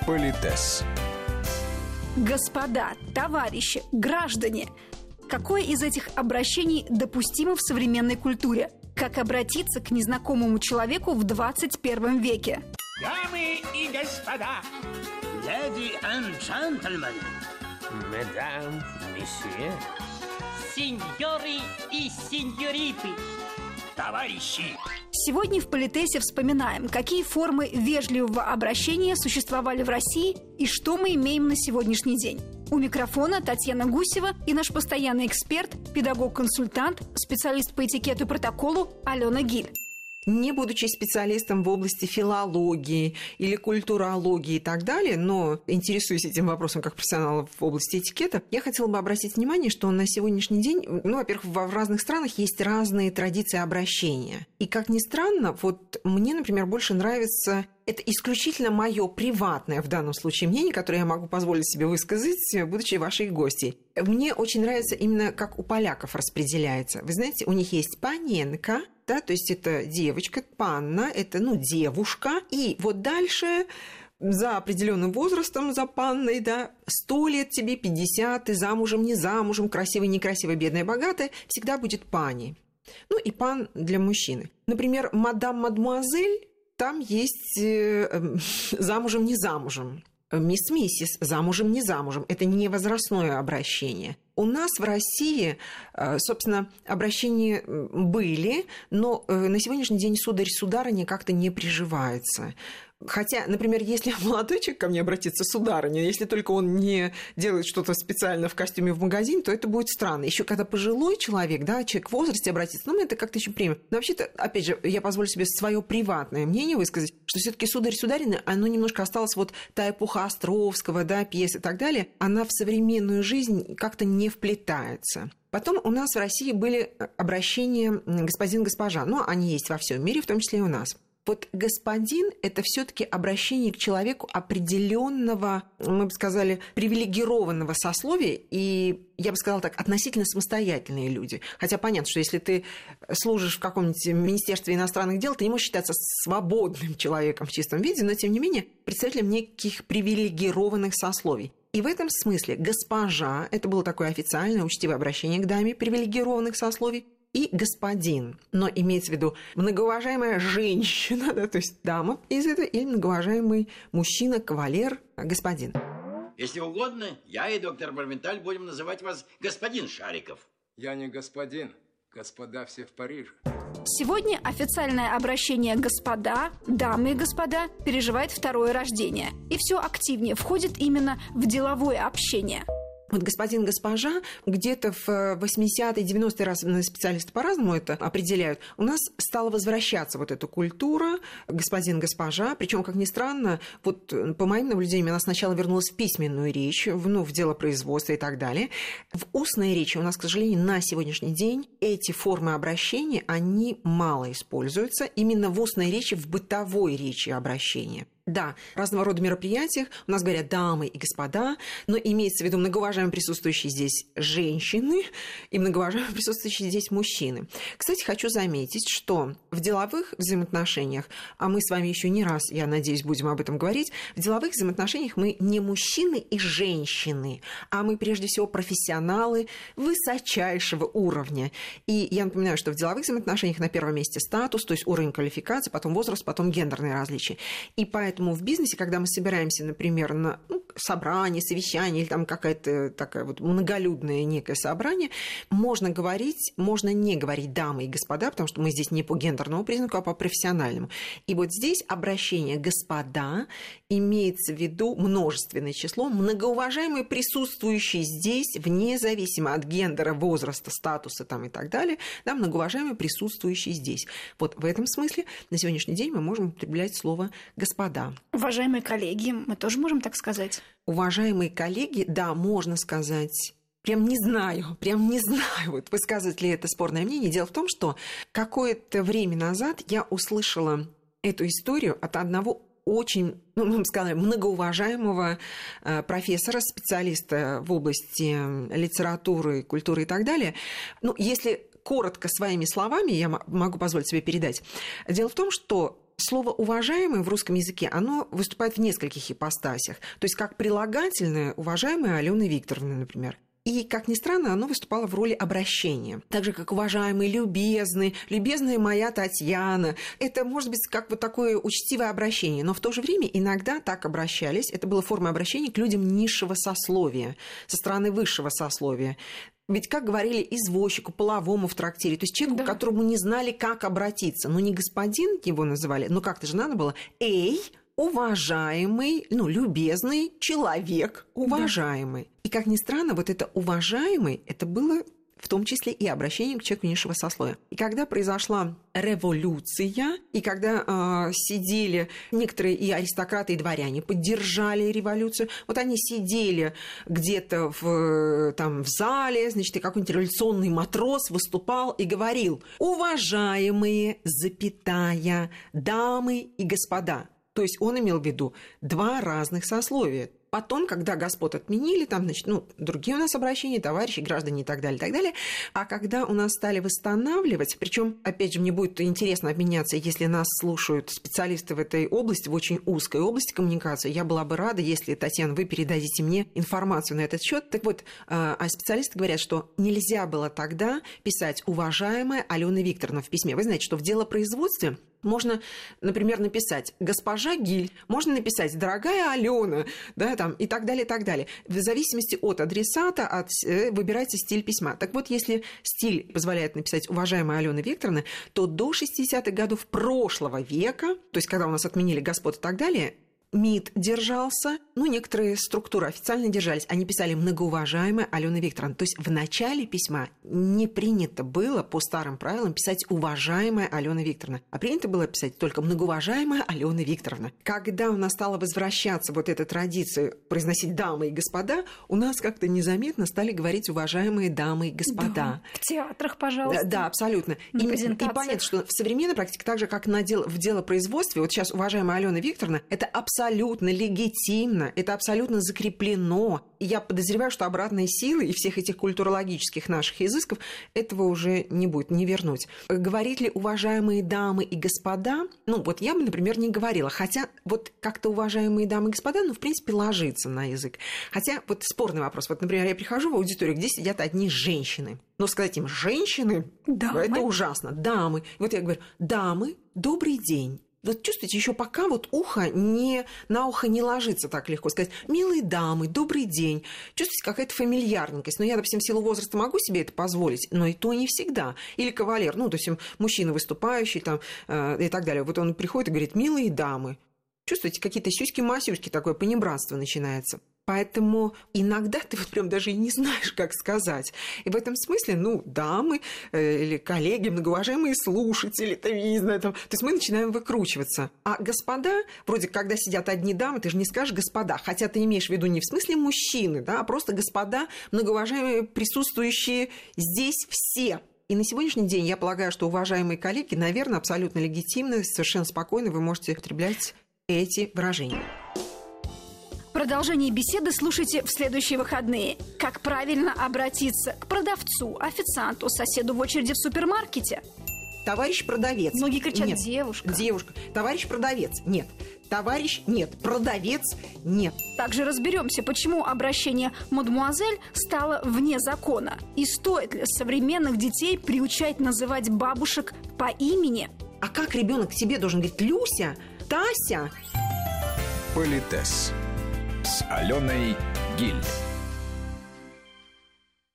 Политес. Господа, товарищи, граждане, какое из этих обращений допустимо в современной культуре? Как обратиться к незнакомому человеку в 21 веке? Дамы и господа, леди и джентльмены, Мадам, месье, сеньоры и сеньориты, товарищи. Сегодня в Политесе вспоминаем, какие формы вежливого обращения существовали в России и что мы имеем на сегодняшний день. У микрофона Татьяна Гусева и наш постоянный эксперт, педагог-консультант, специалист по этикету и протоколу Алена Гиль. Не будучи специалистом в области филологии или культурологии и так далее, но интересуясь этим вопросом как профессионал в области этикета, я хотела бы обратить внимание, что на сегодняшний день, во-первых, в разных странах есть разные традиции обращения. И, как ни странно, вот мне, например, больше нравится... Это исключительно мое приватное в данном случае мнение, которое я могу позволить себе высказать, будучи вашей гостьей. Мне очень нравится именно как у поляков распределяется. Вы знаете, у них есть паненка, да, то есть это девочка, панна, это, девушка. И вот дальше за определенным возрастом, за панной, да, 100 лет тебе, 50, ты замужем, не замужем, красивая, некрасивая, бедная, богатая, всегда будет пани. И пан для мужчины. Например, мадам, мадмуазель, там есть замужем, не замужем. Мисс, миссис, замужем, не замужем. Это не возрастное обращение. У нас в России, собственно, обращения были, но на сегодняшний день сударь, сударыня как-то не приживается. Хотя, например, если молодой человек ко мне обратится, сударыня, если только он не делает что-то специально в костюме в магазин, то это будет странно. Еще когда пожилой человек, да, человек в возрасте обратится, это как-то еще примем. Но вообще-то, опять же, я позволю себе свое приватное мнение высказать, что все-таки сударь, сударыня, оно немножко осталось вот та эпоха Островского, да, пьес и так далее, она в современную жизнь как-то не вплетается. Потом у нас в России были обращения господин, госпожа, но они есть во всем мире, в том числе и у нас. Вот господин – это все-таки обращение к человеку определенного, мы бы сказали, привилегированного сословия, и, я бы сказала так, относительно самостоятельные люди. Хотя понятно, что если ты служишь в каком-нибудь Министерстве иностранных дел, ты не можешь считаться свободным человеком в чистом виде, но, тем не менее, представителем неких привилегированных сословий. И в этом смысле госпожа – это было такое официальное, учтивое обращение к даме привилегированных сословий, и господин, но имеется в виду многоуважаемая женщина, да, то есть дама из этого, или многоуважаемый мужчина, кавалер, господин. Если угодно, я и доктор Барменталь будем называть вас господин Шариков. Я не господин, господа все в Париже. Сегодня официальное обращение «господа», «дамы и господа» переживает второе рождение и все активнее входит именно в деловое общение. Вот господин, госпожа, где-то в 80-е, 90-е раз специалисты по-разному это определяют. У нас стала возвращаться вот эта культура господин, госпожа. Причем, как ни странно, вот по моим наблюдениям, она сначала вернулась в письменную речь, в делопроизводство и так далее. В устной речи у нас, к сожалению, на сегодняшний день эти формы обращения, они мало используются. Именно в устной речи, в бытовой речи обращения. Да, в разного рода мероприятиях у нас говорят дамы и господа, но имеется в виду многоуважаемые присутствующие здесь женщины и многоуважаемые присутствующие здесь мужчины. Кстати, хочу заметить, что в деловых взаимоотношениях, а мы с вами еще не раз, я надеюсь, будем об этом говорить, в деловых взаимоотношениях мы не мужчины и женщины, а мы прежде всего профессионалы высочайшего уровня. И я напоминаю, что в деловых взаимоотношениях на первом месте статус, то есть уровень квалификации, потом возраст, потом гендерные различия. И поэтому в бизнесе, когда мы собираемся, например, на собрание, совещание или там какая-то такая вот многолюдное некое собрание, можно говорить, можно не говорить дамы и господа, потому что мы здесь не по гендерному признаку, а по профессиональному. И вот здесь обращение господа имеется в виду множественное число, многоуважаемые присутствующие здесь, вне зависимости от гендера, возраста, статуса там и так далее, да, многоуважаемые присутствующие здесь. Вот в этом смысле на сегодняшний день мы можем употреблять слово господа. Уважаемые коллеги, мы тоже можем так сказать? Уважаемые коллеги, да, можно сказать. Прям не знаю, вот высказывать ли это спорное мнение. Дело в том, что какое-то время назад я услышала эту историю от одного очень, мы бы сказали, многоуважаемого профессора, специалиста в области литературы, культуры и так далее. Если коротко своими словами, я могу позволить себе передать. Дело в том, что слово «уважаемый» в русском языке, оно выступает в нескольких ипостасях. То есть как прилагательное «уважаемая Алены Викторовны», например. И, как ни странно, оно выступало в роли обращения. Так же, как «уважаемый», «любезный», «любезная моя Татьяна». Это может быть как вот такое учтивое обращение. Но в то же время иногда так обращались. Это была форма обращения к людям низшего сословия, со стороны высшего сословия. Ведь, как говорили извозчику, половому в трактире, то есть человеку, к которому не знали, как обратиться. Ну, не господин его называли, но как-то же надо было. «Эй, уважаемый, любезный человек, уважаемый». Да. И, как ни странно, вот это «уважаемый» это было в том числе и обращение к человеку низшего сословия. И когда произошла революция, и когда сидели некоторые и аристократы, и дворяне поддержали революцию, вот они сидели где-то в зале, значит, и какой-нибудь революционный матрос выступал и говорил: «Уважаемые, запятая, дамы и господа». То есть он имел в виду два разных сословия. Потом, когда господ отменили, другие у нас обращения, товарищи, граждане и так далее. А когда у нас стали восстанавливать, причем, опять же, мне будет интересно обменяться, если нас слушают специалисты в этой области, в очень узкой области коммуникации, я была бы рада, если, Татьяна, вы передадите мне информацию на этот счет. Так вот, специалисты говорят, что нельзя было тогда писать «уважаемая Алена Викторовна» в письме. Вы знаете, что в делопроизводстве можно, например, написать «Госпожа Гиль», можно написать «Дорогая Алена», и так далее, и так далее. В зависимости от адресата выбирайте стиль письма. Так вот, если стиль позволяет написать «Уважаемая Алена Викторовна», то до 60-х годов прошлого века, то есть когда у нас отменили господ и так далее, МИД держался, некоторые структуры официально держались. Они писали «Многоуважаемая Алена Викторовна». То есть в начале письма не принято было по старым правилам писать «Уважаемая Алена Викторовна», а принято было писать только «Многоуважаемая Алена Викторовна». Когда у нас стала возвращаться вот эта традиция произносить «дамы и господа», у нас как-то незаметно стали говорить «уважаемые дамы и господа». Да, в театрах, пожалуйста. Да, абсолютно. И понятно, что в современной практике, так же, как в делопроизводстве, вот сейчас «уважаемая Алена Викторовна» — это абсолютно легитимно, это абсолютно закреплено. И я подозреваю, что обратной силы и всех этих культурологических наших изысков этого уже не будет, не вернуть. Говорить ли «уважаемые дамы и господа»? Я бы, например, не говорила. Хотя вот как-то «уважаемые дамы и господа», в принципе, ложится на язык. Хотя вот спорный вопрос. Вот, например, я прихожу в аудиторию, где сидят одни женщины. Но сказать им «женщины» — это ужасно. Дамы. Вот я говорю: «Дамы, добрый день». Вот чувствуете, еще пока на ухо не ложится так легко сказать «милые дамы, добрый день». Чувствуете, какая-то фамильярненькость. Я, допустим, в силу возраста могу себе это позволить, но и то не всегда. Или кавалер, то есть мужчина выступающий и так далее. Вот он приходит и говорит «милые дамы». Чувствуете, какие-то сюськи-масюськи, такое понебратство начинается. Поэтому иногда ты прям даже и не знаешь, как сказать. И в этом смысле, дамы или коллеги, многоуважаемые слушатели, то есть мы начинаем выкручиваться. А господа, вроде когда сидят одни дамы, ты же не скажешь «господа», хотя ты имеешь в виду не в смысле мужчины, а просто господа, многоуважаемые, присутствующие здесь все. И на сегодняшний день я полагаю, что, уважаемые коллеги, наверное, абсолютно легитимно, совершенно спокойно вы можете употреблять эти выражения. Продолжение беседы слушайте в следующие выходные. Как правильно обратиться к продавцу, официанту, соседу в очереди в супермаркете? Товарищ продавец. Многие кричат нет. девушка. Девушка. Товарищ продавец. Нет. Товарищ нет. Продавец нет. Также разберемся, почему обращение «мадемуазель» стало вне закона. И стоит ли современных детей приучать называть бабушек по имени? А как ребенок к тебе должен говорить «Люся», «Тася»? Политес с Аленой Гиль.